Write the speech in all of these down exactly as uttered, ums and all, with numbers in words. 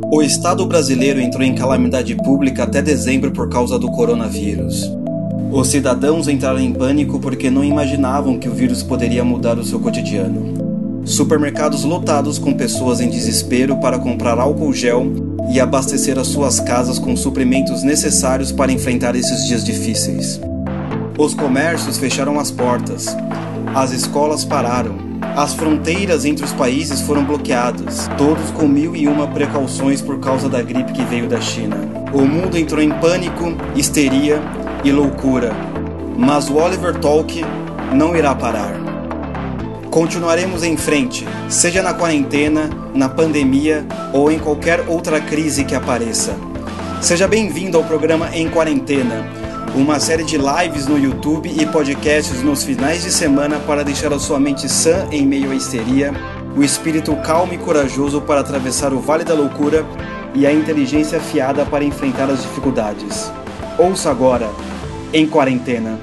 O Estado brasileiro entrou em calamidade pública até dezembro por causa do coronavírus. Os cidadãos entraram em pânico porque não imaginavam que o vírus poderia mudar o seu cotidiano. Supermercados lotados com pessoas em desespero para comprar álcool gel e abastecer as suas casas com suprimentos necessários para enfrentar esses dias difíceis. Os comércios fecharam as portas, as escolas pararam, as fronteiras entre os países foram bloqueadas, todos com mil e uma precauções por causa da gripe que veio da China. O mundo entrou em pânico, histeria e loucura, mas o Oliver Talk não irá parar. Continuaremos em frente, seja na quarentena, na pandemia ou em qualquer outra crise que apareça. Seja bem-vindo ao programa Em Quarentena, uma série de lives no YouTube e podcasts nos finais de semana para deixar a sua mente sã em meio à histeria, o espírito calmo e corajoso para atravessar o vale da loucura e a inteligência afiada para enfrentar as dificuldades. Ouça agora, Em Quarentena.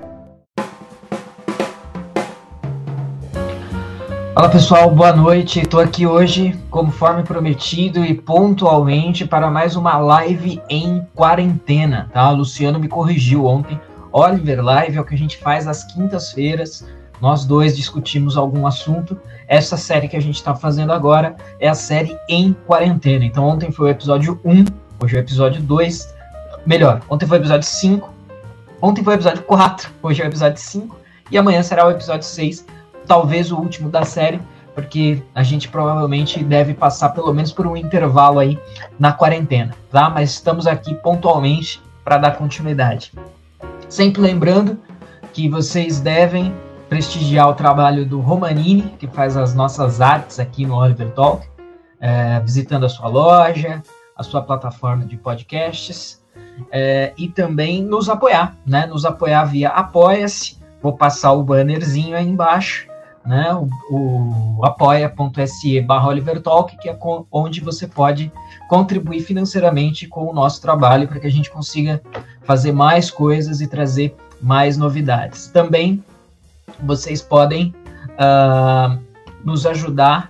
Fala pessoal, boa noite. Estou aqui hoje, conforme prometido e pontualmente, para mais uma live em quarentena, tá? O Luciano me corrigiu ontem. Oliver Live é o que a gente faz às quintas-feiras. Nós dois discutimos algum assunto. Essa série que a gente está fazendo agora é a série Em Quarentena. Então ontem foi o episódio um, hoje é o episódio dois. Melhor, ontem foi o episódio cinco, ontem foi o episódio quatro, hoje é o episódio cinco e amanhã será o episódio seis. Talvez o último da série, porque a gente provavelmente deve passar pelo menos por um intervalo aí na quarentena, tá? Mas estamos aqui pontualmente para dar continuidade. Sempre lembrando que vocês devem prestigiar o trabalho do Romanini, que faz as nossas artes aqui no Oliver Talk, é, visitando a sua loja, a sua plataforma de podcasts, é, e também nos apoiar, né? Nos apoiar via Apoia-se. Vou passar o bannerzinho aí embaixo, né, o, o apoia.se barra Oliver Talk, que é com, onde você pode contribuir financeiramente com o nosso trabalho para que a gente consiga fazer mais coisas e trazer mais novidades. Também vocês podem uh, nos ajudar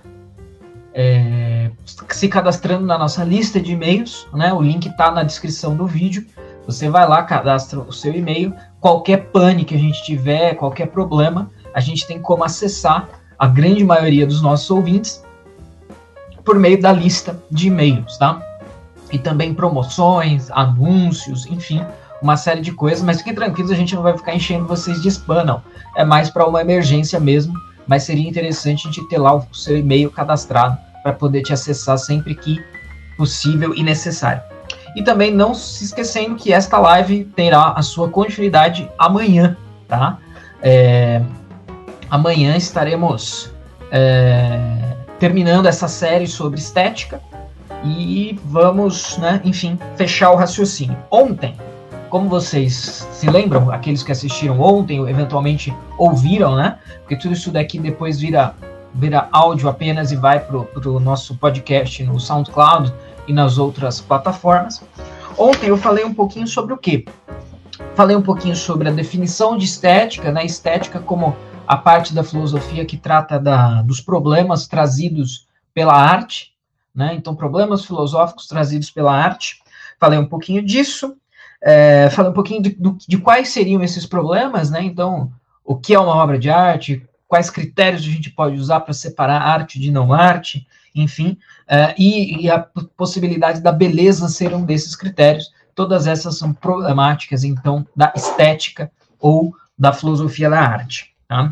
é, se cadastrando na nossa lista de e-mails, né, o link está na descrição do vídeo. Você vai lá, cadastra o seu e-mail, qualquer pane que a gente tiver, qualquer problema, a gente tem como acessar a grande maioria dos nossos ouvintes por meio da lista de e-mails, tá? E também promoções, anúncios, enfim, uma série de coisas, mas fiquem tranquilos, a gente não vai ficar enchendo vocês de spam, não. É mais para uma emergência mesmo, mas seria interessante a gente ter lá o seu e-mail cadastrado para poder te acessar sempre que possível e necessário. E também não se esquecendo que esta live terá a sua continuidade amanhã, tá? É, amanhã estaremos é, terminando essa série sobre estética e vamos, né, enfim, fechar o raciocínio. Ontem, como vocês se lembram, aqueles que assistiram ontem, ou eventualmente ouviram, né? Porque tudo isso daqui depois vira, vira áudio apenas e vai para o nosso podcast no SoundCloud e nas outras plataformas. Ontem eu falei um pouquinho sobre o quê? Falei um pouquinho sobre a definição de estética, né? Estética como a parte da filosofia que trata da, dos problemas trazidos pela arte, né? Então, problemas filosóficos trazidos pela arte. Falei um pouquinho disso. É, falei um pouquinho de, de, de quais seriam esses problemas, né? Então, o que é uma obra de arte, quais critérios a gente pode usar para separar arte de não arte, enfim, uh, e, e a possibilidade da beleza ser um desses critérios. Todas essas são problemáticas, então, da estética ou da filosofia da arte. Tá?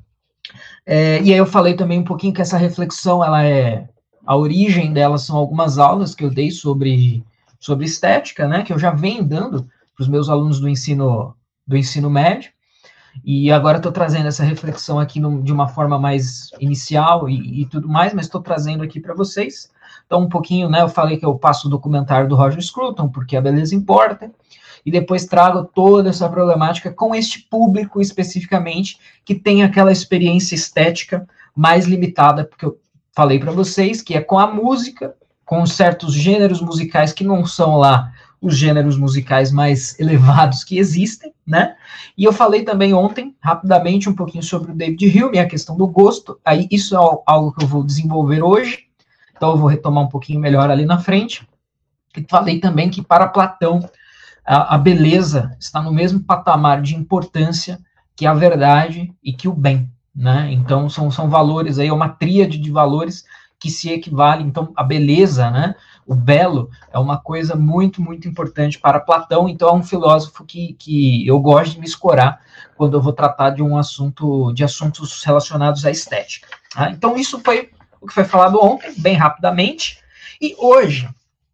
É, e aí eu falei também um pouquinho que essa reflexão, ela é, a origem dela são algumas aulas que eu dei sobre, sobre estética, né, que eu já venho dando para os meus alunos do ensino, do ensino médio. E agora estou trazendo essa reflexão aqui no, de uma forma mais inicial e, e tudo mais, mas estou trazendo aqui para vocês. Então, um pouquinho, né, eu falei que eu passo o documentário do Roger Scruton, porque a beleza importa, e depois trago toda essa problemática com este público especificamente, que tem aquela experiência estética mais limitada, porque eu falei para vocês que é com a música, com certos gêneros musicais que não são lá os gêneros musicais mais elevados que existem, né? E eu falei também ontem, rapidamente, um pouquinho sobre o David Hume, a questão do gosto, aí isso é algo que eu vou desenvolver hoje, então eu vou retomar um pouquinho melhor ali na frente. E falei também que para Platão, a, a beleza está no mesmo patamar de importância que a verdade e que o bem, né? Então são, são valores aí, é uma tríade de valores que se equivalem. Então a beleza, né, o belo, é uma coisa muito, muito importante para Platão. Então é um filósofo que, que eu gosto de me escorar quando eu vou tratar de um assunto, de assuntos relacionados à estética. Tá? Então isso foi o que foi falado ontem, bem rapidamente, e hoje,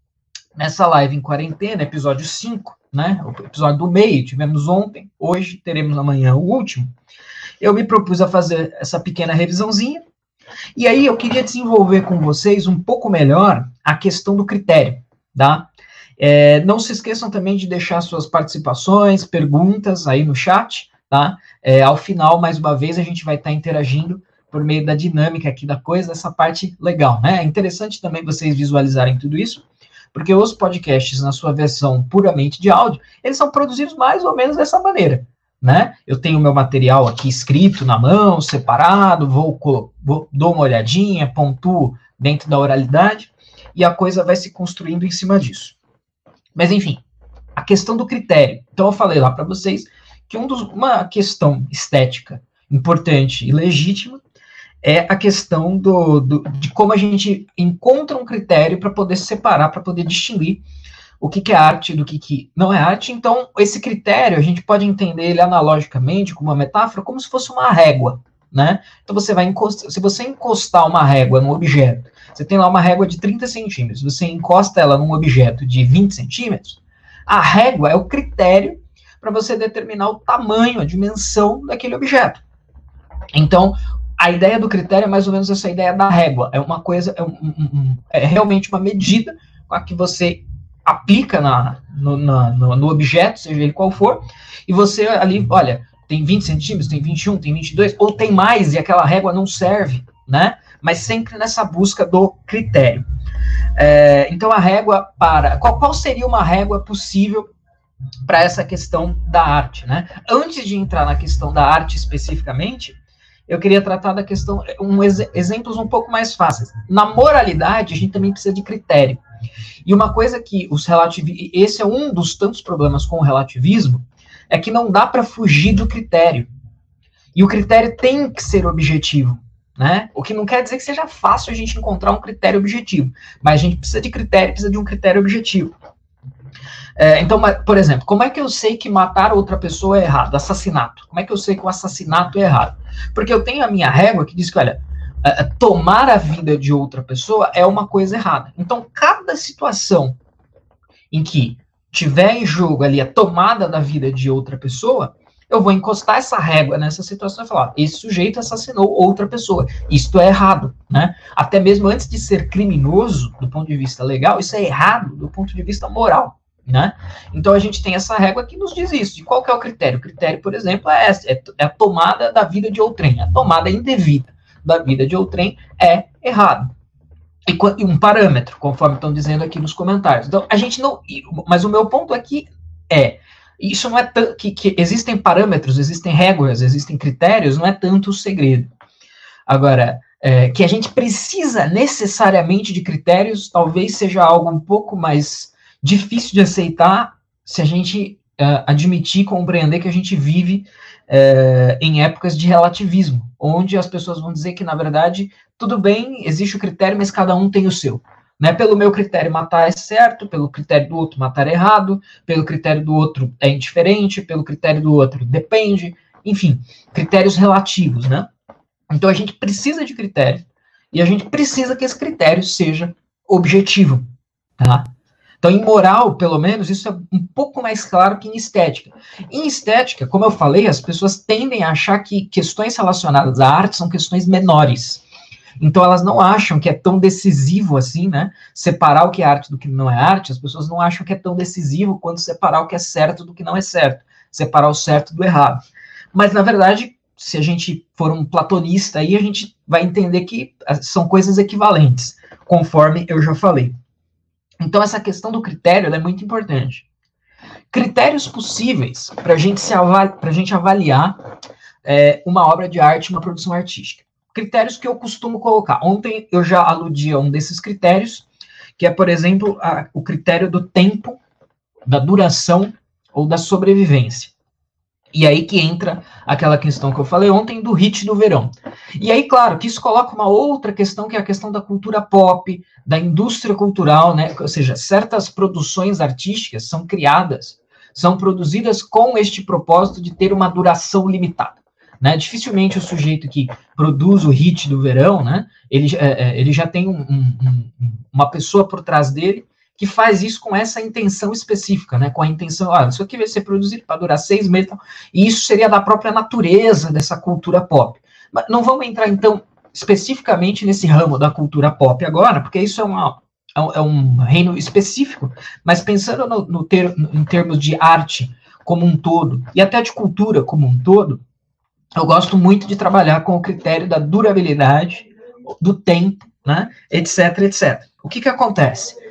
nessa live em quarentena, episódio cinco, né, o episódio do meio, tivemos ontem, hoje teremos amanhã o último, eu me propus a fazer essa pequena revisãozinha, e aí eu queria desenvolver com vocês um pouco melhor a questão do critério, tá? É, não se esqueçam também de deixar suas participações, perguntas aí no chat, tá? É, ao final, mais uma vez, a gente vai estar interagindo por meio da dinâmica aqui da coisa, essa parte legal, né? É interessante também vocês visualizarem tudo isso, porque os podcasts, na sua versão puramente de áudio, eles são produzidos mais ou menos dessa maneira, né? Eu tenho meu material aqui escrito na mão, separado, vou, vou dou uma olhadinha, pontuo dentro da oralidade, e a coisa vai se construindo em cima disso. Mas, enfim, a questão do critério. Então, eu falei lá para vocês que um dos, uma questão estética importante e legítima é a questão do, do, de como a gente encontra um critério para poder separar, para poder distinguir o que, que é arte do que, que não é arte. Então, esse critério, a gente pode entender ele analogicamente, como uma metáfora, como se fosse uma régua, né? Então, você vai encostar, se você encostar uma régua num objeto, você tem lá uma régua de trinta centímetros, você encosta ela num objeto de vinte centímetros, a régua é o critério para você determinar o tamanho, a dimensão daquele objeto. Então, a ideia do critério é mais ou menos essa ideia da régua. É uma coisa, é, um, um, é realmente uma medida com a que você aplica na, no, na, no, no objeto, seja ele qual for, e você ali, olha, tem vinte centímetros, tem vinte e um, tem vinte e dois, ou tem mais, e aquela régua não serve, né? Mas sempre nessa busca do critério. É, então, a régua para... Qual, qual seria uma régua possível para essa questão da arte, né? Antes de entrar na questão da arte especificamente, eu queria tratar da questão, um, exemplos um pouco mais fáceis. Na moralidade, a gente também precisa de critério. E uma coisa que os relativistas, esse é um dos tantos problemas com o relativismo, é que não dá para fugir do critério. E o critério tem que ser objetivo, né? O que não quer dizer que seja fácil a gente encontrar um critério objetivo, mas a gente precisa de critério, precisa de um critério objetivo. É, então, por exemplo, como é que eu sei que matar outra pessoa é errado? Assassinato. Como é que eu sei que o assassinato é errado? Porque eu tenho a minha régua que diz que, olha, tomar a vida de outra pessoa é uma coisa errada. Então, cada situação em que tiver em jogo ali a tomada da vida de outra pessoa, eu vou encostar essa régua nessa situação e falar, esse sujeito assassinou outra pessoa. Isto é errado, né? Até mesmo antes de ser criminoso, do ponto de vista legal, isso é errado do ponto de vista moral. Né? Então a gente tem essa régua que nos diz isso. E qual que é o critério? O critério, por exemplo, é, essa, é a tomada da vida de outrem. A tomada indevida da vida de outrem é errado. E, e um parâmetro, conforme estão dizendo aqui nos comentários. Então a gente não... Mas o meu ponto aqui é, isso não é tanto... Que, que existem parâmetros, existem regras, existem critérios, não é tanto o segredo. Agora, é, que a gente precisa necessariamente de critérios, talvez seja algo um pouco mais difícil de aceitar se a gente uh, admitir, compreender que a gente vive uh, em épocas de relativismo, onde as pessoas vão dizer que, na verdade, tudo bem, existe o critério, mas cada um tem o seu. Né? Pelo meu critério, matar é certo, pelo critério do outro, matar é errado, pelo critério do outro é indiferente, pelo critério do outro depende, enfim, critérios relativos, né? Então, a gente precisa de critério, e a gente precisa que esse critério seja objetivo, tá? Então, em moral, pelo menos, isso é um pouco mais claro que em estética. Em estética, como eu falei, as pessoas tendem a achar que questões relacionadas à arte são questões menores. Então, elas não acham que é tão decisivo assim, né? Separar o que é arte do que não é arte, as pessoas não acham que é tão decisivo quanto separar o que é certo do que não é certo. Separar o certo do errado. Mas, na verdade, se a gente for um platonista aí, a gente vai entender que são coisas equivalentes, conforme eu já falei. Então, essa questão do critério é muito importante. Critérios possíveis para gente se avali- a gente avaliar é, uma obra de arte, uma produção artística. critérios que eu costumo colocar. Ontem eu já aludi a um desses critérios, que é, por exemplo, a, o critério do tempo, da duração ou da sobrevivência. E aí que entra aquela questão que eu falei ontem do hit do verão. E aí, claro, que isso coloca uma outra questão, que é a questão da cultura pop, da indústria cultural, né? Ou seja, certas produções artísticas são criadas, são produzidas com este propósito de ter uma duração limitada. Né? Dificilmente o sujeito que produz o hit do verão, né? ele, é, ele já tem um, um, uma pessoa por trás dele que faz isso com essa intenção específica, né? Com a intenção, ah, isso aqui vai ser produzido para durar seis meses, e isso seria da própria natureza dessa cultura pop. Mas não vamos entrar, então, especificamente nesse ramo da cultura pop agora, porque isso é, uma, é um reino específico, mas pensando no, no ter, em termos de arte como um todo, e até de cultura como um todo, eu gosto muito de trabalhar com o critério da durabilidade, do tempo, né? etc, etcétera. O que que acontece?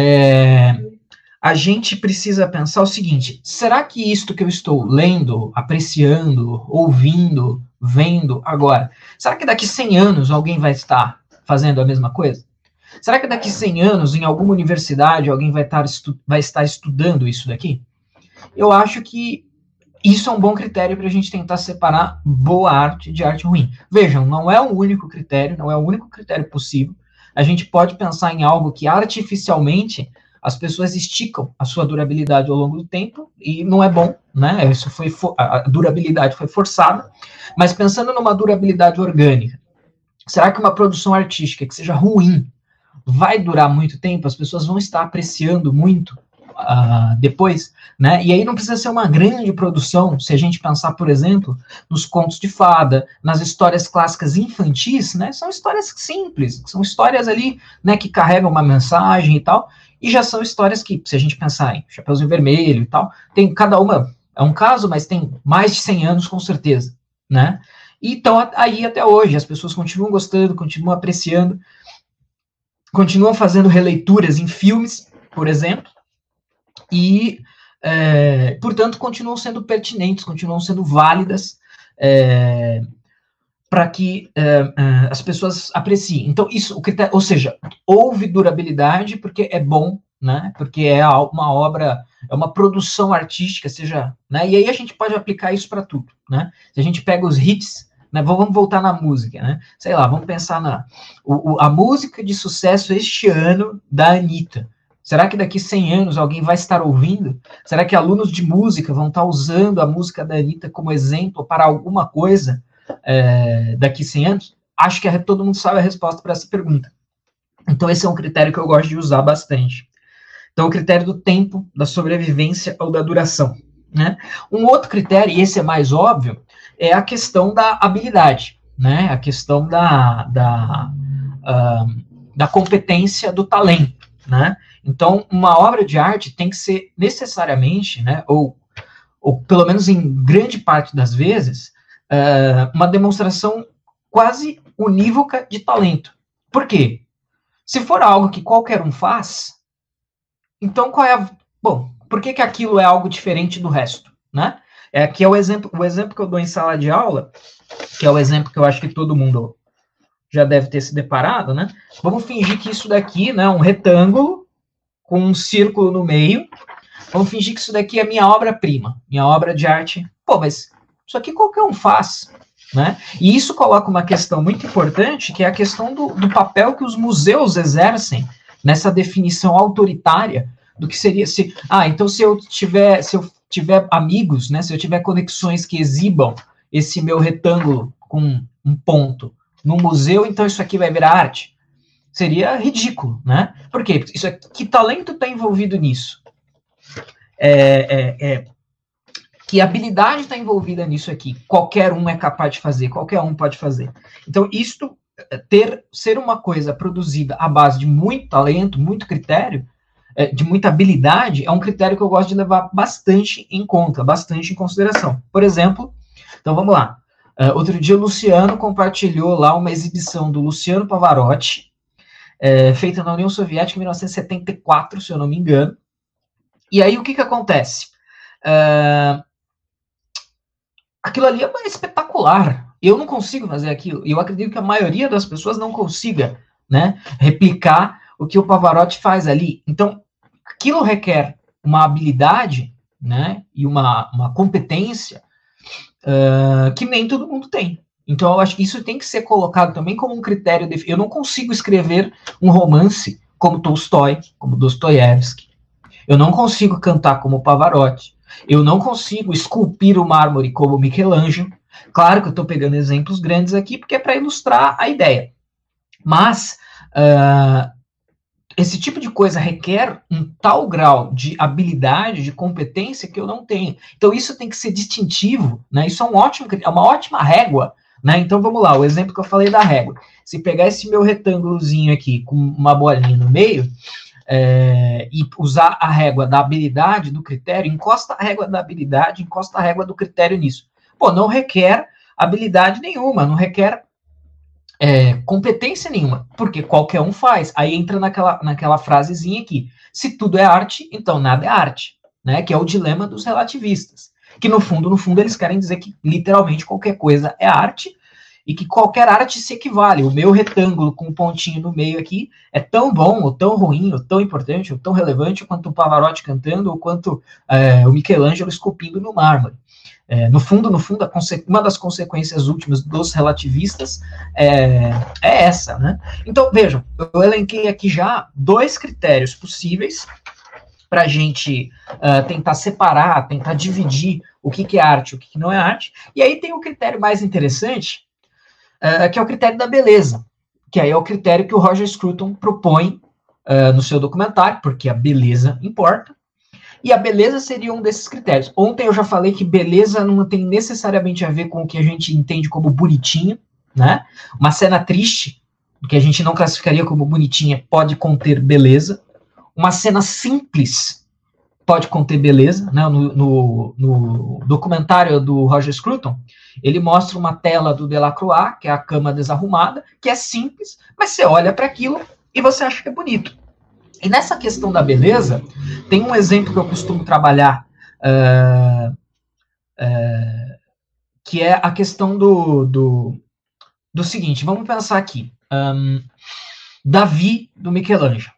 É, a gente precisa pensar o seguinte, será que isto que eu estou lendo, apreciando, ouvindo, vendo agora, será que daqui cem anos alguém vai estar fazendo a mesma coisa? Será que daqui cem anos, em alguma universidade, alguém vai estar, estu- vai estar estudando isso daqui? Eu acho que isso é um bom critério para a gente tentar separar boa arte de arte ruim. Vejam, não é o único critério, não é o único critério possível. A gente pode pensar em algo que artificialmente as pessoas esticam a sua durabilidade ao longo do tempo, e não é bom, né? Isso foi a durabilidade foi forçada, mas pensando numa durabilidade orgânica, será que uma produção artística que seja ruim vai durar muito tempo? As pessoas vão estar apreciando muito uh, depois, né? E aí não precisa ser uma grande produção, se a gente pensar, por exemplo, nos contos de fada, nas histórias clássicas infantis, né? São histórias simples, são histórias ali, né, que carregam uma mensagem e tal, e já são histórias que, se a gente pensar em Chapeuzinho Vermelho e tal, tem cada uma, é um caso, mas tem mais de cem anos com certeza, né? E então aí até hoje, as pessoas continuam gostando, continuam apreciando, continuam fazendo releituras em filmes, por exemplo, e, é, portanto, continuam sendo pertinentes, continuam sendo válidas, é, para que é, é, as pessoas apreciem. Então, isso, o critério, ou seja, houve durabilidade porque é bom, né? Porque é uma obra, é uma produção artística, seja, né? E aí a gente pode aplicar isso para tudo, né? Se a gente pega os hits, né? Vamos voltar na música, né? Sei lá, vamos pensar na o, o, a música de sucesso este ano da Anitta. Será que daqui cem anos alguém vai estar ouvindo? Será que alunos de música vão estar usando a música da Anitta como exemplo para alguma coisa é, daqui cem anos? Acho que todo mundo sabe a resposta para essa pergunta. Então, esse é um critério que eu gosto de usar bastante. Então, o critério do tempo, da sobrevivência ou da duração. Né? Um outro critério, e esse é mais óbvio, é a questão da habilidade, né? A questão da, da, uh, da competência, do talento, né? Então, uma obra de arte tem que ser necessariamente, né, ou, ou pelo menos em grande parte das vezes, uh, uma demonstração quase unívoca de talento. Por quê? Se for algo que qualquer um faz, então qual é a... Bom, por que que aquilo é algo diferente do resto, né? É, aqui é o exemplo, o exemplo que eu dou em sala de aula, que é o exemplo que eu acho que todo mundo já deve ter se deparado, né? Vamos fingir que isso daqui, né, é um retângulo com um círculo no meio. Vamos fingir que isso daqui é minha obra-prima, minha obra de arte. Pô, mas isso aqui qualquer um faz, né? E isso coloca uma questão muito importante, que é a questão do, do papel que os museus exercem nessa definição autoritária do que seria se... Ah, então se eu tiver, se eu tiver amigos, né, se eu tiver conexões que exibam esse meu retângulo com um ponto no museu, então isso aqui vai virar arte? Seria ridículo, né? Por quê? Isso aqui, que talento está envolvido nisso? É, é, é, que habilidade está envolvida nisso aqui? Qualquer um é capaz de fazer, qualquer um pode fazer. Então, isto, ter, ser uma coisa produzida à base de muito talento, muito critério, de muita habilidade, é um critério que eu gosto de levar bastante em conta, bastante em consideração. Por exemplo, então vamos lá. Uh, outro dia o Luciano compartilhou lá uma exibição do Luciano Pavarotti, é, feita na União Soviética em mil novecentos e setenta e quatro, se eu não me engano. E aí o que que acontece? Uh, aquilo ali é espetacular, Eu não consigo fazer aquilo. E eu acredito que a maioria das pessoas não consiga, né, replicar o que o Pavarotti faz ali. Então, aquilo requer uma habilidade, né, e uma, uma competência uh, que nem todo mundo tem. Então, eu acho que isso tem que ser colocado também como um critério. De... Eu não consigo escrever um romance como Tolstói, como Dostoiévski. Eu não consigo cantar como Pavarotti. Eu não consigo esculpir o mármore como Michelangelo. Claro que eu estou pegando exemplos grandes aqui, porque é para ilustrar a ideia. Mas uh, esse tipo de coisa requer um tal grau de habilidade, de competência que eu não tenho. Então isso tem que ser distintivo, né? Isso é, um ótimo, é uma ótima régua, né? Então vamos lá, o exemplo que eu falei da régua. Se pegar esse meu retângulozinho aqui com uma bolinha no meio, é, e usar a régua da habilidade, do critério, encosta a régua da habilidade, encosta a régua do critério nisso. Pô, não requer habilidade nenhuma, não requer é, competência nenhuma, porque qualquer um faz. Aí entra naquela, naquela frasezinha aqui, se tudo é arte, então nada é arte, né? Que é o dilema dos relativistas, que no fundo, no fundo, eles querem dizer que literalmente qualquer coisa é arte, e que qualquer arte se equivale. O meu retângulo com um pontinho no meio aqui é tão bom, ou tão ruim, ou tão importante, ou tão relevante quanto o Pavarotti cantando, ou quanto é, o Michelangelo esculpindo no mármore. É, no fundo, no fundo, uma das consequências últimas dos relativistas é, é essa, né? Então, vejam, eu elenquei aqui já dois critérios possíveis para a gente uh, tentar separar, tentar dividir o que, que é arte e o que, que não é arte. E aí tem o critério mais interessante, Uh, que é o critério da beleza, que aí é o critério que o Roger Scruton propõe uh, no seu documentário, porque a beleza importa, e a beleza seria um desses critérios. Ontem eu já falei que beleza não tem necessariamente a ver com o que a gente entende como bonitinho, né? Uma cena triste, que a gente não classificaria como bonitinha, pode conter beleza. Uma cena simples pode conter beleza, né? No, no, no documentário do Roger Scruton, ele mostra uma tela do Delacroix, que é a cama desarrumada, que é simples, mas você olha para aquilo e você acha que é bonito. E nessa questão da beleza, tem um exemplo que eu costumo trabalhar, uh, uh, que é a questão do, do, do seguinte, vamos pensar aqui, um, Davi do Michelangelo.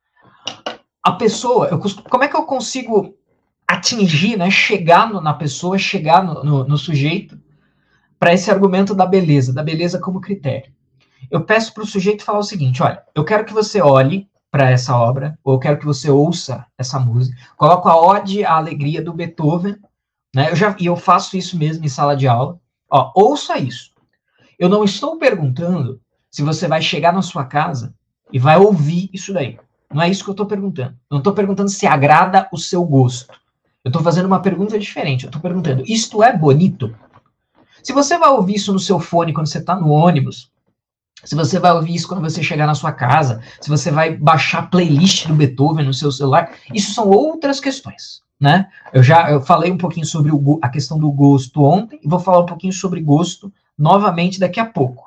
A pessoa, eu costumo, como é que eu consigo atingir, né, chegar no, na pessoa, chegar no, no, no sujeito, para esse argumento da beleza, da beleza como critério? Eu peço para o sujeito falar o seguinte, olha, eu quero que você olhe para essa obra, ou eu quero que você ouça essa música, coloco a Ode à Alegria do Beethoven, né, eu já, e eu faço isso mesmo em sala de aula, ó, ouça isso. Eu não estou perguntando se você vai chegar na sua casa e vai ouvir isso daí. Não é isso que eu estou perguntando. Eu não estou perguntando se agrada o seu gosto. Eu estou fazendo uma pergunta diferente. Eu estou perguntando, isto é bonito? Se você vai ouvir isso no seu fone quando você está no ônibus, se você vai ouvir isso quando você chegar na sua casa, se você vai baixar a playlist do Beethoven no seu celular, isso são outras questões, né? Eu já eu falei um pouquinho sobre o, a questão do gosto ontem, e vou falar um pouquinho sobre gosto novamente daqui a pouco.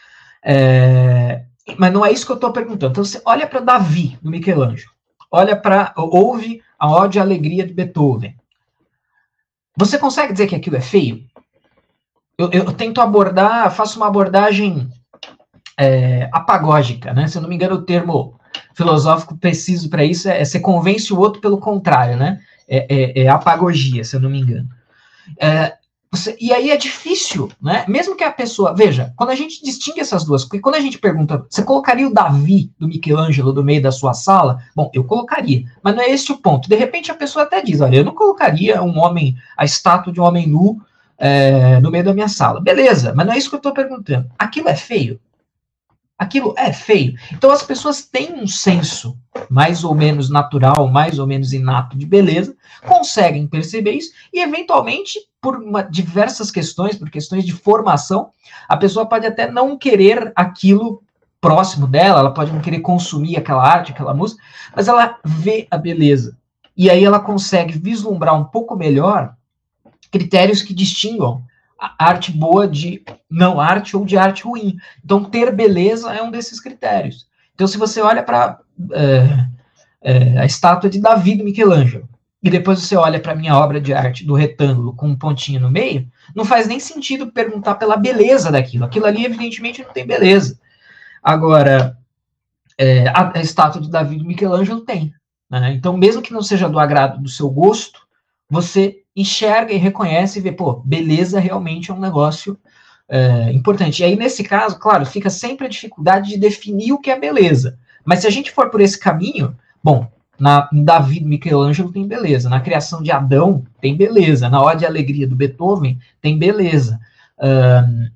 É... Mas não é isso que eu estou perguntando. Então, você olha para Davi, do Michelangelo. Olha para... Ouve a Ode à Alegria de Beethoven. Você consegue dizer que aquilo é feio? Eu, eu tento abordar... Faço uma abordagem é, apagógica, né? Se eu não me engano, o termo filosófico preciso para isso é, é você convence o outro pelo contrário, né? É, é, é apagogia, se eu não me engano. É... Você, e aí é difícil, né? Mesmo que a pessoa... Veja, quando a gente distingue essas duas... Porque quando a gente pergunta... Você colocaria o Davi do Michelangelo no meio da sua sala? Bom, eu colocaria. Mas não é esse o ponto. De repente a pessoa até diz... Olha, eu não colocaria um homem... A estátua de um homem nu é, no meio da minha sala. Beleza, mas não é isso que eu estou perguntando. Aquilo é feio? Aquilo é feio. Então as pessoas têm um senso mais ou menos natural, mais ou menos inato de beleza, conseguem perceber isso e, eventualmente, por uma, diversas questões, por questões de formação, a pessoa pode até não querer aquilo próximo dela, ela pode não querer consumir aquela arte, aquela música, mas ela vê a beleza. E aí ela consegue vislumbrar um pouco melhor critérios que distingam a arte boa de não arte ou de arte ruim. Então, ter beleza é um desses critérios. Então, se você olha para é, é, a estátua de Davi do Michelangelo, e depois você olha para a minha obra de arte do retângulo com um pontinho no meio, não faz nem sentido perguntar pela beleza daquilo. Aquilo ali, evidentemente, não tem beleza. Agora, é, a, a estátua do Davi e do Michelangelo tem. Né? Então, mesmo que não seja do agrado do seu gosto, você enxerga e reconhece e vê, pô, beleza realmente é um negócio é, importante. E aí, nesse caso, claro, fica sempre a dificuldade de definir o que é beleza. Mas se a gente for por esse caminho, bom, na, em Davi e Michelangelo tem beleza, na criação de Adão tem beleza, na Ode à Alegria do Beethoven tem beleza. Um,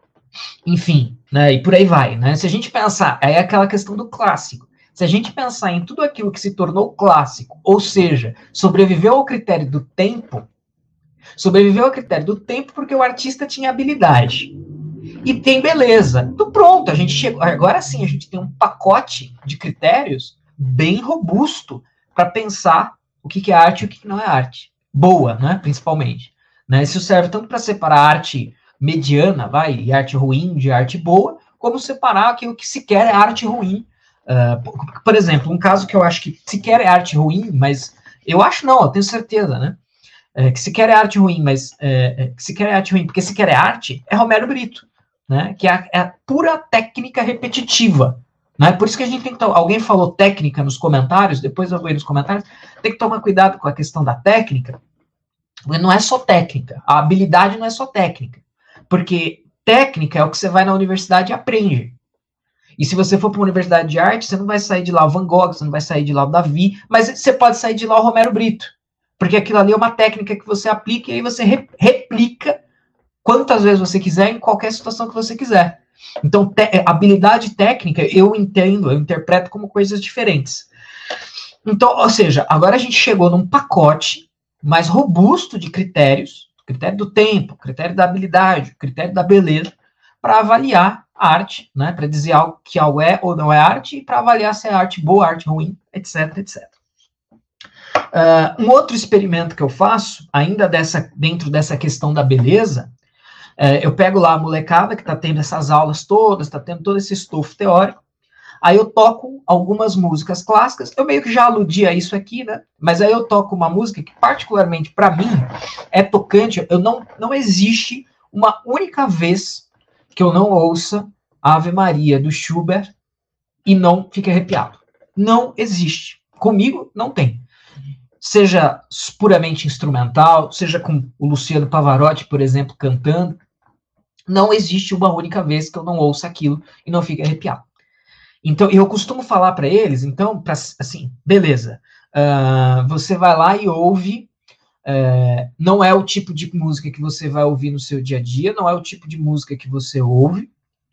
enfim, né, e por aí vai. Né? Se a gente pensar, é aquela questão do clássico. Se a gente pensar em tudo aquilo que se tornou clássico, ou seja, sobreviveu ao critério do tempo, sobreviveu ao critério do tempo porque o artista tinha habilidade. E tem beleza. Então pronto, a gente chegou. Agora sim, a gente tem um pacote de critérios bem robusto para pensar o que é arte e o que não é arte. Boa, né? Principalmente. Né? Isso serve tanto para separar arte mediana, vai, e arte ruim de arte boa, como separar aquilo que sequer é arte ruim. Uh, por exemplo, um caso que eu acho que sequer é arte ruim, mas eu acho não, eu tenho certeza, né? É, que sequer é arte ruim, mas é, que sequer é arte ruim, porque sequer é arte, é Romero Brito, né? Que é a, é a pura técnica repetitiva. Né? Por isso que a gente tem que. Alguém falou técnica nos comentários, depois eu vou ir nos comentários, tem que tomar cuidado com a questão da técnica, porque não é só técnica, a habilidade não é só técnica, porque técnica é o que você vai na universidade e aprende. E se você for para uma universidade de arte, você não vai sair de lá o Van Gogh, você não vai sair de lá o Davi, mas você pode sair de lá o Romero Brito. Porque aquilo ali é uma técnica que você aplica e aí você re replica quantas vezes você quiser, em qualquer situação que você quiser. Então, habilidade técnica, eu entendo, eu interpreto como coisas diferentes. Então, ou seja, agora a gente chegou num pacote mais robusto de critérios, critério do tempo, critério da habilidade, critério da beleza, para avaliar a arte, né, para dizer algo que algo é ou não é arte, e para avaliar se é arte boa, arte ruim, etc, etcétera. Uh, um outro experimento que eu faço, ainda dessa, dentro dessa questão da beleza, uh, eu pego lá a molecada que está tendo essas aulas todas, está tendo todo esse estofo teórico, aí eu toco algumas músicas clássicas, eu meio que já aludi a isso aqui, né? Mas aí eu toco uma música que particularmente para mim é tocante, eu não, não existe uma única vez que eu não ouça a Ave Maria do Schubert e não fique arrepiado. Não existe. Comigo não tem. Seja puramente instrumental, seja com o Luciano Pavarotti, por exemplo, cantando, não existe uma única vez que eu não ouça aquilo e não fique arrepiado. Então, eu costumo falar para eles, então, pra, assim, beleza, uh, você vai lá e ouve, uh, não é o tipo de música que você vai ouvir no seu dia a dia, não é o tipo de música que você ouve,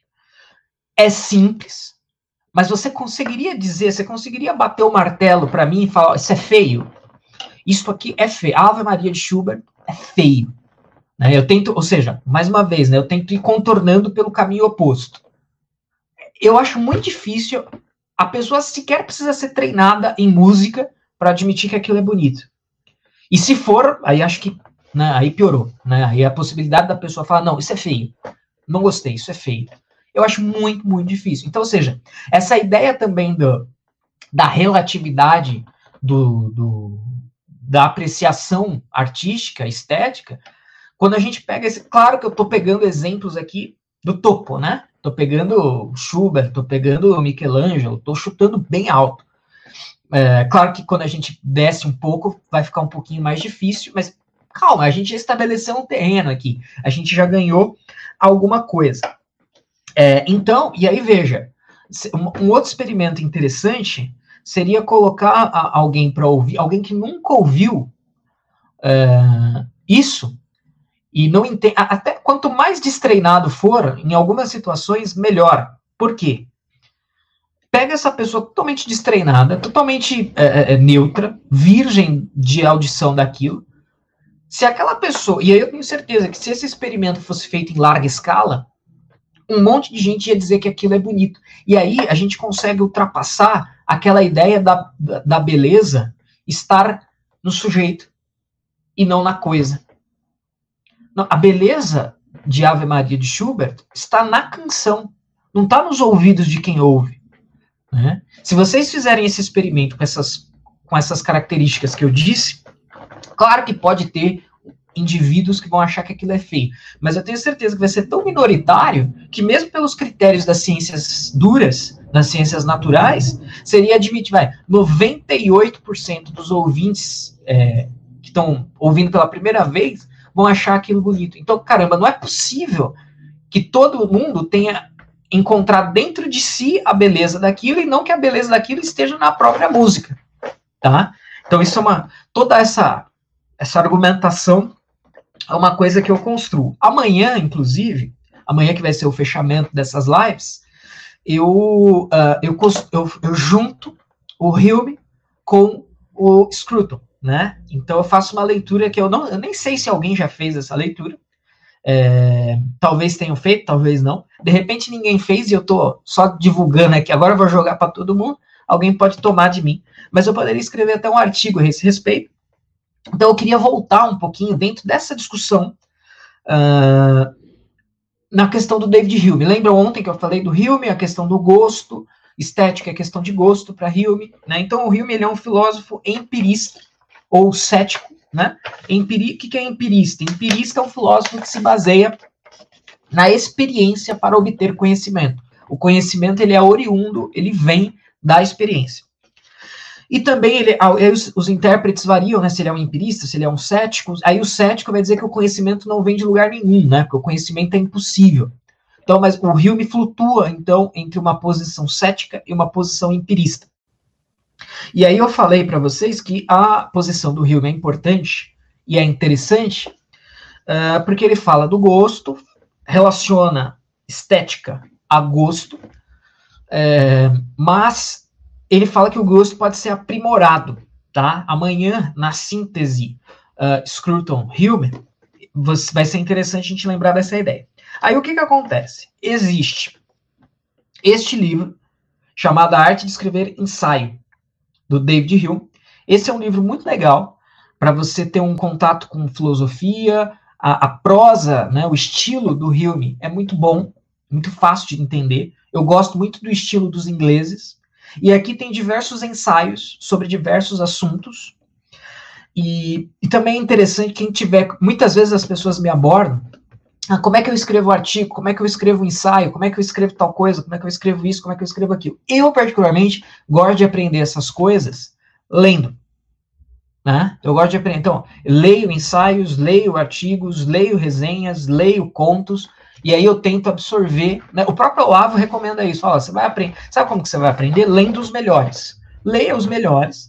é simples, mas você conseguiria dizer, você conseguiria bater o martelo para mim e falar, isso é feio? Isso aqui é feio. A Ave Maria de Schubert é feio. Né? Eu tento, ou seja, mais uma vez, né, eu tento ir contornando pelo caminho oposto. Eu acho muito difícil, a pessoa sequer precisa ser treinada em música para admitir que aquilo é bonito. E se for, aí acho que, né, aí piorou. Né? Aí a possibilidade da pessoa falar, não, isso é feio. Não gostei, isso é feio. Eu acho muito, muito difícil. Então, ou seja, essa ideia também do, da relatividade do... do da apreciação artística, estética, quando a gente pega esse... Claro que eu estou pegando exemplos aqui do topo, né? Estou pegando Schubert, estou pegando Michelangelo, estou chutando bem alto. É, claro que quando a gente desce um pouco, vai ficar um pouquinho mais difícil, mas calma, a gente já estabeleceu um terreno aqui, a gente já ganhou alguma coisa. É, então, e aí veja, um outro experimento interessante seria colocar a, alguém para ouvir, alguém que nunca ouviu é, isso, e não entende, até quanto mais destreinado for, em algumas situações, melhor. Por quê? Pega essa pessoa totalmente destreinada, totalmente é, é, neutra, virgem de audição daquilo, se aquela pessoa, e aí eu tenho certeza que se esse experimento fosse feito em larga escala, um monte de gente ia dizer que aquilo é bonito. E aí a gente consegue ultrapassar aquela ideia da, da, da beleza estar no sujeito e não na coisa. Não, a beleza de Ave Maria de Schubert está na canção, não está nos ouvidos de quem ouve. Né? Se vocês fizerem esse experimento com essas, com essas características que eu disse, Claro que pode ter indivíduos que vão achar que aquilo é feio, mas eu tenho certeza que vai ser tão minoritário que mesmo pelos critérios das ciências duras, das ciências naturais, seria admitir, vai, noventa e oito por cento dos ouvintes é, que estão ouvindo pela primeira vez vão achar aquilo bonito. Então, caramba, não é possível que todo mundo tenha encontrado dentro de si a beleza daquilo e não que a beleza daquilo esteja na própria música, tá? Então, isso é uma, toda essa, essa argumentação é uma coisa que eu construo. Amanhã, inclusive, amanhã que vai ser o fechamento dessas lives, eu, uh, eu, eu, eu junto o Hume com o Scruton, né? Então eu faço uma leitura que eu, não, eu nem sei se alguém já fez essa leitura, é, talvez tenham feito, talvez não. De repente ninguém fez e eu tô só divulgando aqui, agora eu vou jogar para todo mundo, alguém pode tomar de mim, mas eu poderia escrever até um artigo a esse respeito. Então, eu queria voltar um pouquinho dentro dessa discussão uh, na questão do David Hume. Lembra ontem que eu falei do Hume, a questão do gosto, estética é questão de gosto para Hume, né? Então, o Hume ele é um filósofo empirista, ou cético, né? Empiri... O que é empirista? Empirista é um filósofo que se baseia na experiência para obter conhecimento. O conhecimento ele é oriundo, ele vem da experiência. E também ele, os, os intérpretes variam, né? Se ele é um empirista, se ele é um cético. Aí o cético vai dizer que o conhecimento não vem de lugar nenhum, né? Porque o conhecimento é impossível. Então, mas o Hume flutua, então, entre uma posição cética e uma posição empirista. E aí eu falei para vocês que a posição do Hume é importante e é interessante uh, porque ele fala do gosto, relaciona estética a gosto, uh, mas ele fala que o gosto pode ser aprimorado, tá? Amanhã, na síntese uh, Scruton-Hume, vai ser interessante a gente lembrar dessa ideia. Aí, o que que acontece? Existe este livro, chamado A Arte de Escrever Ensaio, do David Hume. Esse é um livro muito legal, para você ter um contato com filosofia, a, a prosa, né, o estilo do Hume é muito bom, muito fácil de entender. Eu gosto muito do estilo dos ingleses. E aqui tem diversos ensaios sobre diversos assuntos. E, e também é interessante, quem tiver... Muitas vezes as pessoas me abordam. Ah, como é que eu escrevo o artigo? Como é que eu escrevo o ensaio? Como é que eu escrevo tal coisa? Como é que eu escrevo isso? Como é que eu escrevo aquilo? Eu, particularmente, gosto de aprender essas coisas lendo. Né? Eu gosto de aprender. Então, leio ensaios, leio artigos, leio resenhas, leio contos... E aí eu tento absorver, né? O próprio Olavo recomenda isso, fala, você vai aprender, sabe como que você vai aprender? Lendo os melhores. Leia os melhores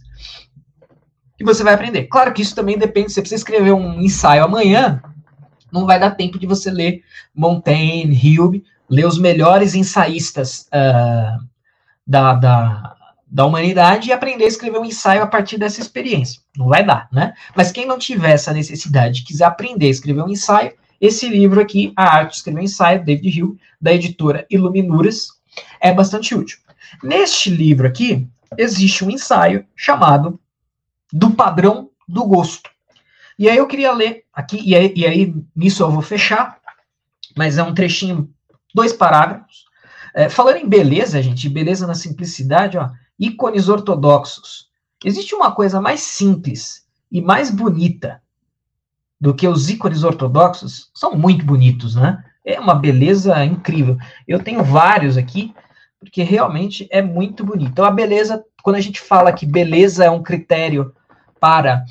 e você vai aprender. Claro que isso também depende, se você precisa escrever um ensaio amanhã, não vai dar tempo de você ler Montaigne, Hume, ler os melhores ensaístas uh, da, da, da humanidade e aprender a escrever um ensaio a partir dessa experiência. Não vai dar, né? Mas quem não tiver essa necessidade, quiser aprender a escrever um ensaio, esse livro aqui, A Arte de Escrever um Ensaio, David Hume, da editora Iluminuras, é bastante útil. Neste livro aqui, existe um ensaio chamado Do Padrão do Gosto. E aí eu queria ler aqui, e aí, e aí nisso eu vou fechar, mas é um trechinho, dois parágrafos. É, falando em beleza, gente, beleza na simplicidade, ó, ícones ortodoxos. Existe uma coisa mais simples e mais bonita do que os ícones ortodoxos? São muito bonitos, né? É uma beleza incrível. Eu tenho vários aqui, porque realmente é muito bonito. Então, a beleza, quando a gente fala que beleza é um critério para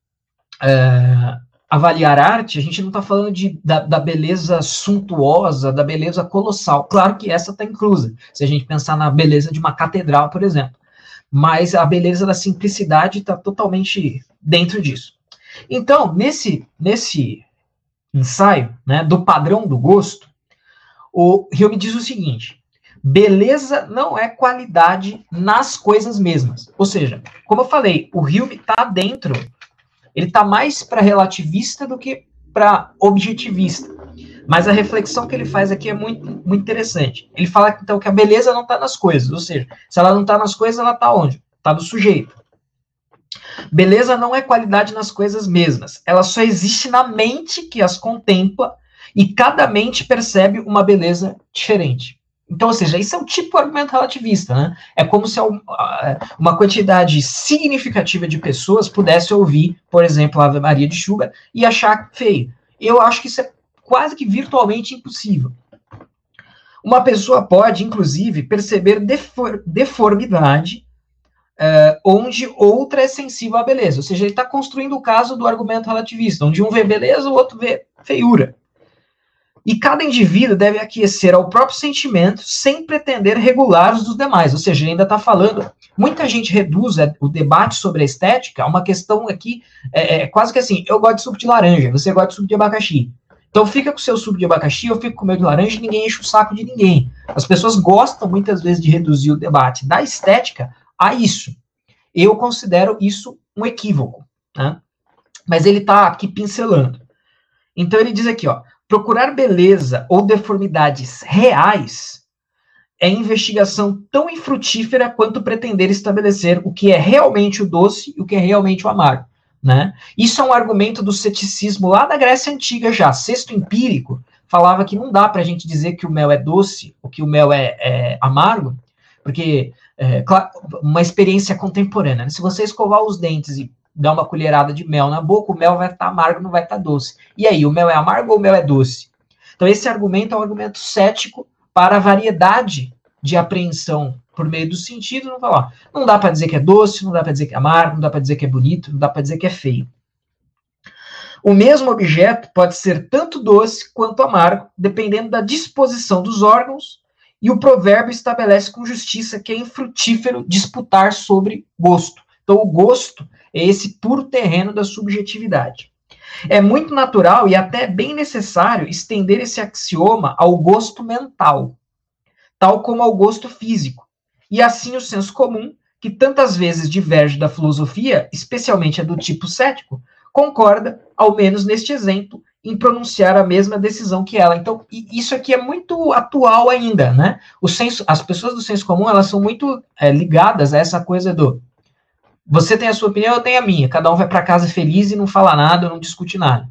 uh, avaliar arte, a gente não está falando de, da, da beleza suntuosa, da beleza colossal. Claro que essa está inclusa, se a gente pensar na beleza de uma catedral, por exemplo. Mas a beleza da simplicidade está totalmente dentro disso. Então, nesse, nesse ensaio, né, do padrão do gosto, o Hume diz o seguinte: beleza não é qualidade nas coisas mesmas. Ou seja, como eu falei, o Hume está dentro, ele está mais para relativista do que para objetivista. Mas a reflexão que ele faz aqui é muito, muito interessante. Ele fala então que a beleza não está nas coisas, ou seja, se ela não está nas coisas, ela está onde? Está no sujeito. Beleza não é qualidade nas coisas mesmas. Ela só existe na mente que as contempla e cada mente percebe uma beleza diferente. Então, ou seja, isso é um tipo de argumento relativista, né? É como se uma quantidade significativa de pessoas pudesse ouvir, por exemplo, a Ave Maria de Schubert e achar feio. Eu acho que isso é quase que virtualmente impossível. Uma pessoa pode, inclusive, perceber defor deformidade uh, onde outra é sensível à beleza. Ou seja, ele está construindo o caso do argumento relativista, onde um vê beleza, o outro vê feiura. E cada indivíduo deve aquecer ao próprio sentimento sem pretender regular os dos demais. Ou seja, ele ainda está falando... Muita gente reduz o debate sobre a estética a uma questão aqui, é, é quase que assim, eu gosto de suco de laranja, você gosta de suco de abacaxi. Então fica com o seu suco de abacaxi, eu fico com o meu de laranja e ninguém enche o saco de ninguém. As pessoas gostam muitas vezes de reduzir o debate da estética a isso. Eu considero isso um equívoco, né? Mas ele está aqui pincelando. Então ele diz aqui, ó, procurar beleza ou deformidades reais é investigação tão infrutífera quanto pretender estabelecer o que é realmente o doce e o que é realmente o amargo, né? Isso é um argumento do ceticismo lá da Grécia Antiga já. Sexto Empírico falava que não dá para a gente dizer que o mel é doce ou que o mel é, é amargo, porque é, uma experiência contemporânea, né? Se você escovar os dentes e dar uma colherada de mel na boca, o mel vai estar amargo, não vai estar doce. E aí, o mel é amargo ou o mel é doce? Então, esse argumento é um argumento cético para a variedade de apreensão por meio do sentido. Não, falar, não dá para dizer que é doce, não dá para dizer que é amargo, não dá para dizer que é bonito, não dá para dizer que é feio. O mesmo objeto pode ser tanto doce quanto amargo, dependendo da disposição dos órgãos, e o provérbio estabelece com justiça que é infrutífero disputar sobre gosto. Então, o gosto é esse puro terreno da subjetividade. É muito natural e até bem necessário estender esse axioma ao gosto mental, tal como ao gosto físico. E assim o senso comum, que tantas vezes diverge da filosofia, especialmente a do tipo cético, concorda, ao menos neste exemplo, em pronunciar a mesma decisão que ela. Então, isso aqui é muito atual ainda, né? O senso, as pessoas do senso comum, elas são muito é, ligadas a essa coisa do você tem a sua opinião, eu tenho a minha. Cada um vai para casa feliz e não fala nada, não discute nada.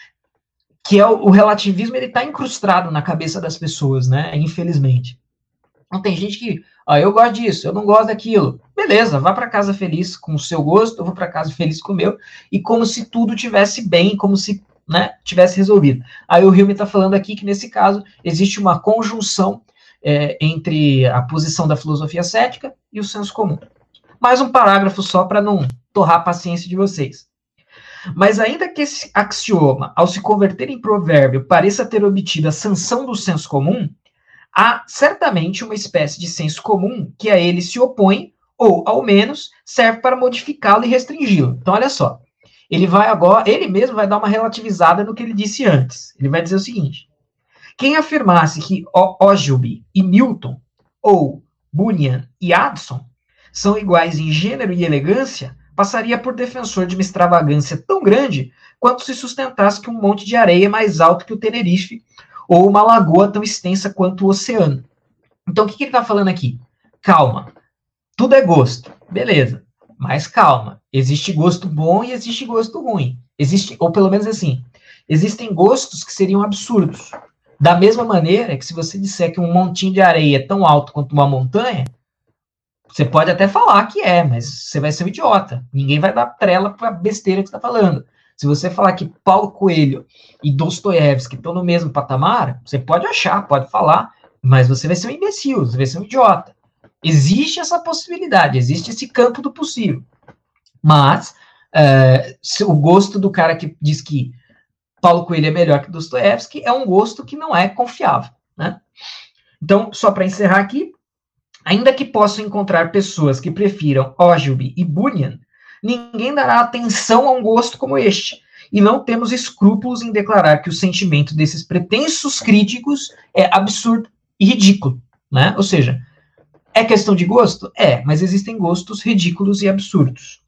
Que é o, o relativismo, ele está incrustado na cabeça das pessoas, né? Infelizmente. Então tem gente que, ó, eu gosto disso, eu não gosto daquilo. Beleza, vá para casa feliz com o seu gosto, eu vou para casa feliz com o meu, e como se tudo tivesse bem, como se, né, tivesse resolvido. Aí o Hume está falando aqui que, nesse caso, existe uma conjunção é, entre a posição da filosofia cética e o senso comum. Mais um parágrafo só para não torrar a paciência de vocês. Mas ainda que esse axioma, ao se converter em provérbio, pareça ter obtido a sanção do senso comum, há certamente uma espécie de senso comum que a ele se opõe, ou, ao menos, serve para modificá-lo e restringi-lo. Então, olha só. Ele vai agora, ele mesmo vai dar uma relativizada no que ele disse antes. Ele vai dizer o seguinte: quem afirmasse que Ogilvy e Newton, ou Bunyan e Addison, são iguais em gênero e elegância, passaria por defensor de uma extravagância tão grande quanto se sustentasse que um monte de areia é mais alto que o Tenerife, ou uma lagoa tão extensa quanto o oceano. Então, o que, que ele está falando aqui? Calma. Tudo é gosto. Beleza. Mas calma. Existe gosto bom e existe gosto ruim. Existe, ou pelo menos assim, existem gostos que seriam absurdos. Da mesma maneira que se você disser que um montinho de areia é tão alto quanto uma montanha, você pode até falar que é, mas você vai ser um idiota. Ninguém vai dar trela para a besteira que você está falando. Se você falar que Paulo Coelho e Dostoiévski estão no mesmo patamar, você pode achar, pode falar, mas você vai ser um imbecil, você vai ser um idiota. Existe essa possibilidade, existe esse campo do possível. Mas é, o gosto do cara que diz que Paulo Coelho é melhor que Dostoiévski é um gosto que não é confiável, né? Então, só para encerrar aqui, ainda que possam encontrar pessoas que prefiram Ogilvy e Bunyan, ninguém dará atenção a um gosto como este, e não temos escrúpulos em declarar que o sentimento desses pretensos críticos é absurdo e ridículo, né? Ou seja, é questão de gosto? É, mas existem gostos ridículos e absurdos.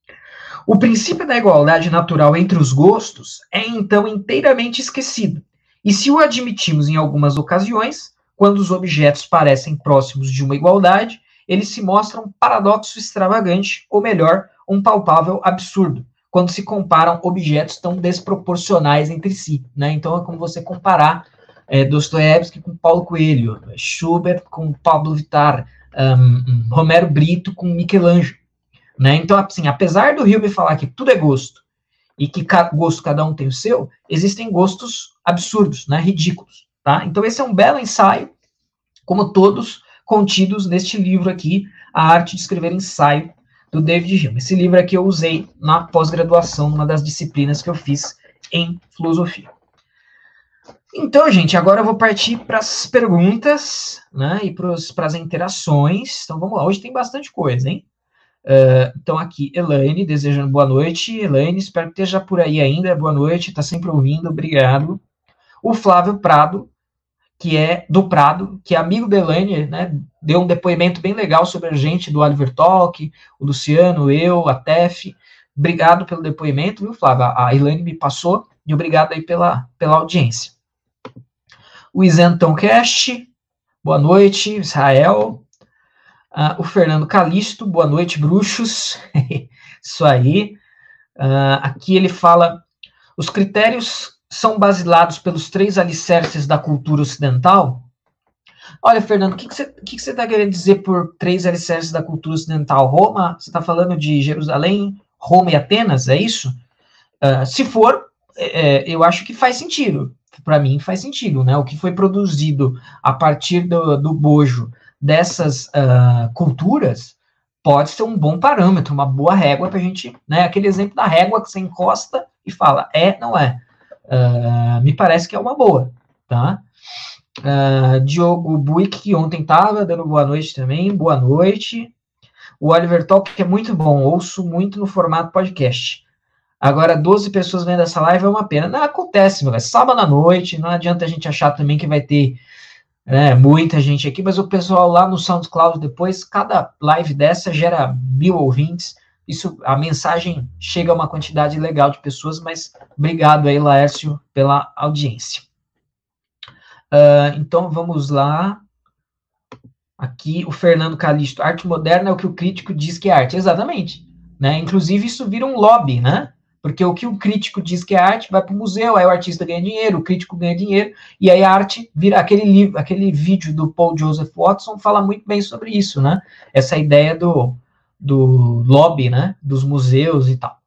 O princípio da igualdade natural entre os gostos é, então, inteiramente esquecido, e se o admitimos em algumas ocasiões, quando os objetos parecem próximos de uma igualdade, eles se mostram um paradoxo extravagante, ou melhor, um palpável absurdo, quando se comparam objetos tão desproporcionais entre si, né? Então é como você comparar é, Dostoiévski com Paulo Coelho, Schubert com Pablo Vittar, um, Romero Brito com Michelangelo, né? Então, assim, apesar do Hilme falar que tudo é gosto, e que ca- gosto cada um tem o seu, existem gostos absurdos, né, ridículos, tá? Então esse é um belo ensaio, como todos contidos neste livro aqui, A Arte de Escrever Ensaio, do David Hume. Esse livro aqui eu usei na pós-graduação, numa das disciplinas que eu fiz em filosofia. Então, gente, agora eu vou partir para as perguntas, né, e para as interações. Então vamos lá, hoje tem bastante coisa, hein? Uh, então aqui, Elaine, desejando boa noite. Elaine, espero que esteja por aí ainda. Boa noite, está sempre ouvindo, obrigado. O Flávio Prado, que é do Prado, que é amigo da Elaine, né, deu um depoimento bem legal sobre a gente do Oliver Talk, o Luciano, eu, a Tef. Obrigado pelo depoimento, viu, Flávio? A Elaine me passou, e obrigado aí pela, pela audiência. O Isentão Cast, boa noite, Israel. Uh, o Fernando Calixto, boa noite, bruxos. Isso aí. Uh, aqui ele fala: os critérios são basilados pelos três alicerces da cultura ocidental? Olha, Fernando, o que você que que está querendo dizer por três alicerces da cultura ocidental? Roma, você está falando de Jerusalém, Roma e Atenas, é isso? Uh, se for, é, eu acho que faz sentido. Para mim faz sentido, né? O que foi produzido a partir do, do bojo dessas uh, culturas pode ser um bom parâmetro, uma boa régua para a gente, né? Aquele exemplo da régua que você encosta e fala, é, não é. Uh, me parece que é uma boa, tá? Uh, Diogo Buick, que ontem estava dando boa noite também, boa noite. O Oliver Talk, que é muito bom, ouço muito no formato podcast. Agora, doze pessoas vendo essa live é uma pena. Não, acontece, meu, é sábado à noite, não adianta a gente achar também que vai ter é, muita gente aqui, mas o pessoal lá no SoundCloud depois, cada live dessa gera mil ouvintes, isso, a mensagem chega a uma quantidade legal de pessoas, mas obrigado aí, Laércio, pela audiência. Uh, então, vamos lá. Aqui, o Fernando Calixto, arte moderna é o que o crítico diz que é arte. Exatamente. Né? Inclusive, isso vira um lobby, né? Porque o que o crítico diz que é arte vai para o museu, aí o artista ganha dinheiro, o crítico ganha dinheiro, e aí a arte vira aquele livro, aquele vídeo do Paul Joseph Watson fala muito bem sobre isso, né? Essa ideia do, do lobby, né? Dos museus e tal.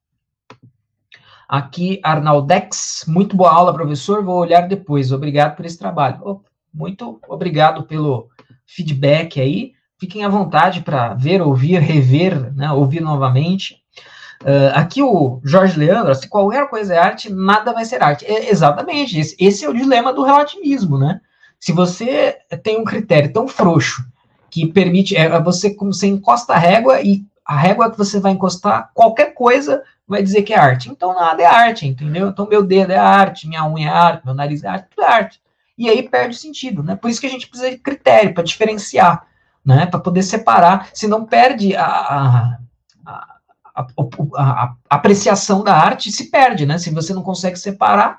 Aqui, Arnaldex, muito boa aula, professor, vou olhar depois, obrigado por esse trabalho. Oh, muito obrigado pelo feedback aí, fiquem à vontade para ver, ouvir, rever, né? Ouvir novamente. Uh, aqui o Jorge Leandro, se qualquer coisa é arte, nada vai ser arte. É, exatamente, esse, esse é o dilema do relativismo, né? Se você tem um critério tão frouxo que permite, é, você, como você encosta a régua e a régua que você vai encostar, qualquer coisa vai dizer que é arte. Então nada é arte, entendeu? Então meu dedo é arte, minha unha é arte, meu nariz é arte, tudo é arte. E aí perde o sentido, né? Por isso que a gente precisa de critério para diferenciar, né? Para poder separar, senão perde a, a, a A, a, a apreciação da arte se perde, né? Se você não consegue separar.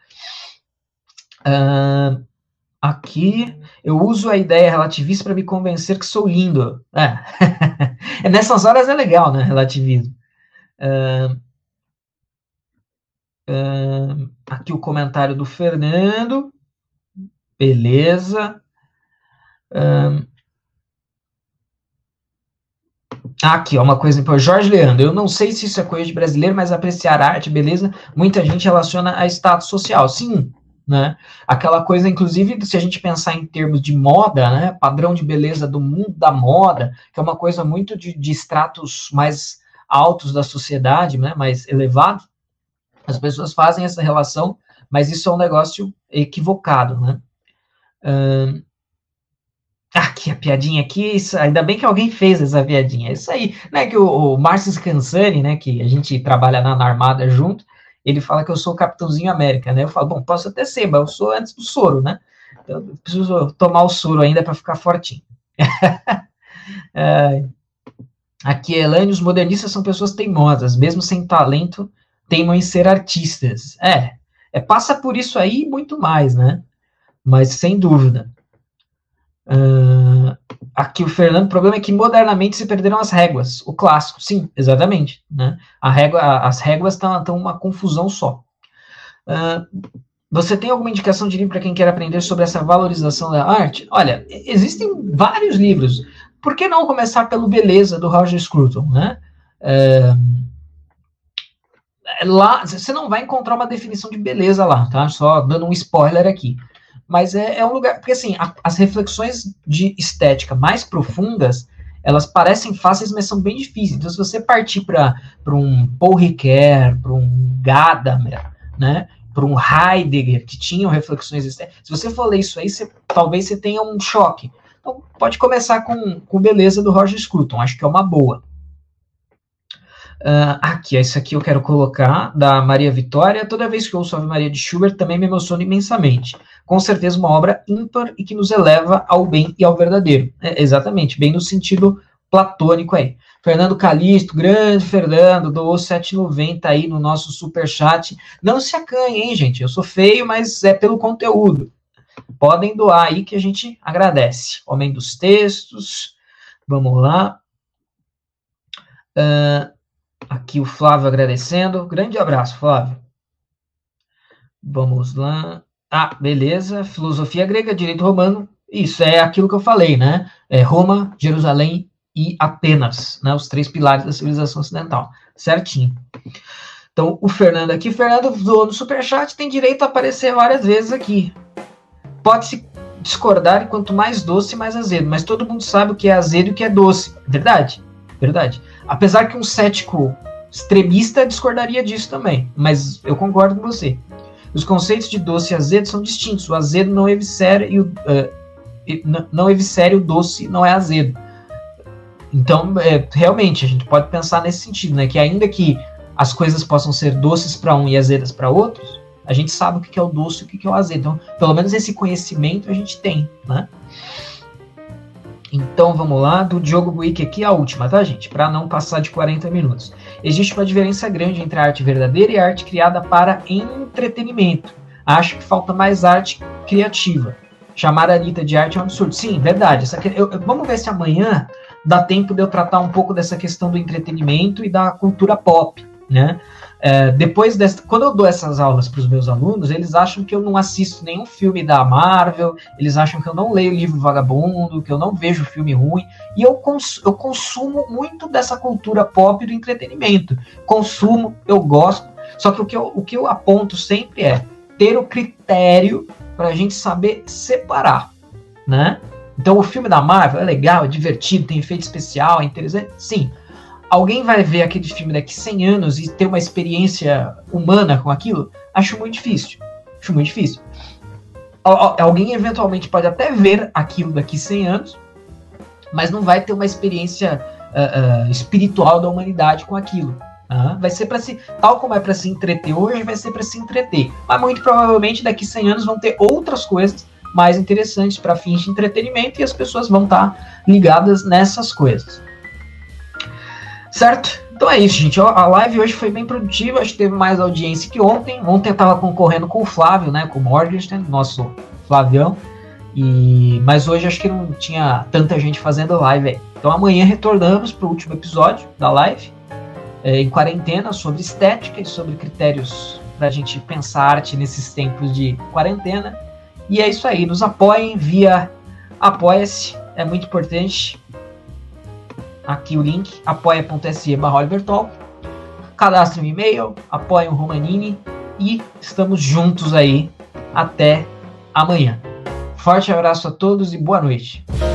Uh, aqui, eu uso a ideia relativista para me convencer que sou lindo. É. Nessas horas é legal, né? Relativismo. Uh, uh, aqui o comentário do Fernando. Beleza. Uh, Aqui, ó, uma coisa importante. Jorge Leandro, eu não sei se isso é coisa de brasileiro, mas apreciar arte, beleza, muita gente relaciona a status social. Sim, né? Aquela coisa, inclusive, se a gente pensar em termos de moda, né? Padrão de beleza do mundo da moda, que é uma coisa muito de, de estratos mais altos da sociedade, né? Mais elevados. As pessoas fazem essa relação, mas isso é um negócio equivocado, né? Hum, Aqui, a piadinha aqui, isso, ainda bem que alguém fez essa piadinha, é isso aí, né, que o, o Márcio Scansani, né, que a gente trabalha na, na Armada junto, ele fala que eu sou o Capitãozinho América, né, eu falo, bom, posso até ser, mas eu sou antes do soro, né, então eu preciso tomar o soro ainda para ficar fortinho. é, aqui, Elaine, os modernistas são pessoas teimosas, mesmo sem talento, teimam em ser artistas, é, é passa por isso aí e muito mais, né, mas sem dúvida. Uh, aqui o Fernando, o problema é que modernamente se perderam as réguas, o clássico, sim, exatamente, né? A régua, as réguas estão uma confusão só. Uh, Você tem alguma indicação de livro para quem quer aprender sobre essa valorização da arte? Olha, existem vários livros. Por que não começar pelo Beleza, do Roger Scruton, né? É, lá, você não vai encontrar uma definição de beleza lá, tá? Só dando um spoiler aqui. Mas é, é um lugar... Porque, assim, a, as reflexões de estética mais profundas, elas parecem fáceis, mas são bem difíceis. Então, se você partir para um Paul Ricoeur, para um Gadamer, né? Para um Heidegger, que tinham reflexões estéticas, se você for ler isso aí, você, talvez você tenha um choque. Então, pode começar com, com Beleza, do Roger Scruton. Acho que é uma boa. Uh, aqui, esse aqui eu quero colocar, da Maria Vitória. Toda vez que eu ouço Ave Maria de Schubert, também me emociono imensamente. Com certeza uma obra ímpar e que nos eleva ao bem e ao verdadeiro. É, exatamente, bem no sentido platônico aí. Fernando Calixto, grande Fernando, doou sete reais e noventa centavos aí no nosso superchat. Não se acanhe, hein, gente? Eu sou feio, mas é pelo conteúdo. Podem doar aí que a gente agradece. Homem dos Textos, vamos lá. Uh, aqui o Flávio agradecendo. Grande abraço, Flávio. Vamos lá. Ah, beleza. Filosofia grega, direito romano. Isso é aquilo que eu falei, né? É Roma, Jerusalém e Atenas, né? Os três pilares da civilização ocidental. Certinho. Então, o Fernando aqui. Fernando doou no superchat, tem direito a aparecer várias vezes aqui. Pode-se discordar, e quanto mais doce, mais azedo. Mas todo mundo sabe o que é azedo e o que é doce. Verdade. Verdade. Apesar que um cético extremista discordaria disso também. Mas eu concordo com você. Os conceitos de doce e azedo são distintos. O azedo não eviscera e o, uh, não eviscera, o doce não é azedo. Então, é, realmente, a gente pode pensar nesse sentido, né? Que ainda que as coisas possam ser doces para um e azedas para outros, a gente sabe o que é o doce e o que é o azedo. Então, pelo menos esse conhecimento a gente tem, né? Então, vamos lá, do Diogo Buick aqui, a última, tá, gente? Para não passar de quarenta minutos. Existe uma diferença grande entre a arte verdadeira e a arte criada para entretenimento. Acho que falta mais arte criativa. Chamar a Anitta de arte é um absurdo. Sim, verdade. Essa, eu, eu, vamos ver se amanhã dá tempo de eu tratar um pouco dessa questão do entretenimento e da cultura pop, né? É, depois dessa, quando eu dou essas aulas para os meus alunos, eles acham que eu não assisto nenhum filme da Marvel, eles acham que eu não leio livro vagabundo, que eu não vejo filme ruim, e eu, cons, eu consumo muito dessa cultura pop do entretenimento. Consumo, eu gosto, só que o que eu, o que eu aponto sempre é ter o critério para a gente saber separar, né? Então o filme da Marvel é legal, é divertido, tem efeito especial, é interessante, sim. Alguém vai ver aquele filme daqui cem anos e ter uma experiência humana com aquilo? Acho muito difícil. Acho muito difícil. Alguém eventualmente pode até ver aquilo daqui cem anos, mas não vai ter uma experiência uh, uh, espiritual da humanidade com aquilo. Uh, vai ser para se, tal como é para se entreter hoje, vai ser para se entreter. Mas muito provavelmente daqui cem anos vão ter outras coisas mais interessantes para fins de entretenimento e as pessoas vão estar ligadas nessas coisas. Certo? Então é isso, gente. A live hoje foi bem produtiva, acho que teve mais audiência que ontem. Ontem eu estava concorrendo com o Flávio, né? Com o Morgenstern, nosso Flavião. E... Mas hoje acho que não tinha tanta gente fazendo live aí. Então amanhã retornamos para o último episódio da live, é, em quarentena, sobre estética e sobre critérios para a gente pensar arte nesses tempos de quarentena. E é isso aí. Nos apoiem via Apoia-se, é muito importante. Aqui o link, apoia.se barra Oliver Talk. Cadastre um e-mail, apoie o Romanini e estamos juntos aí até amanhã. Forte abraço a todos e boa noite.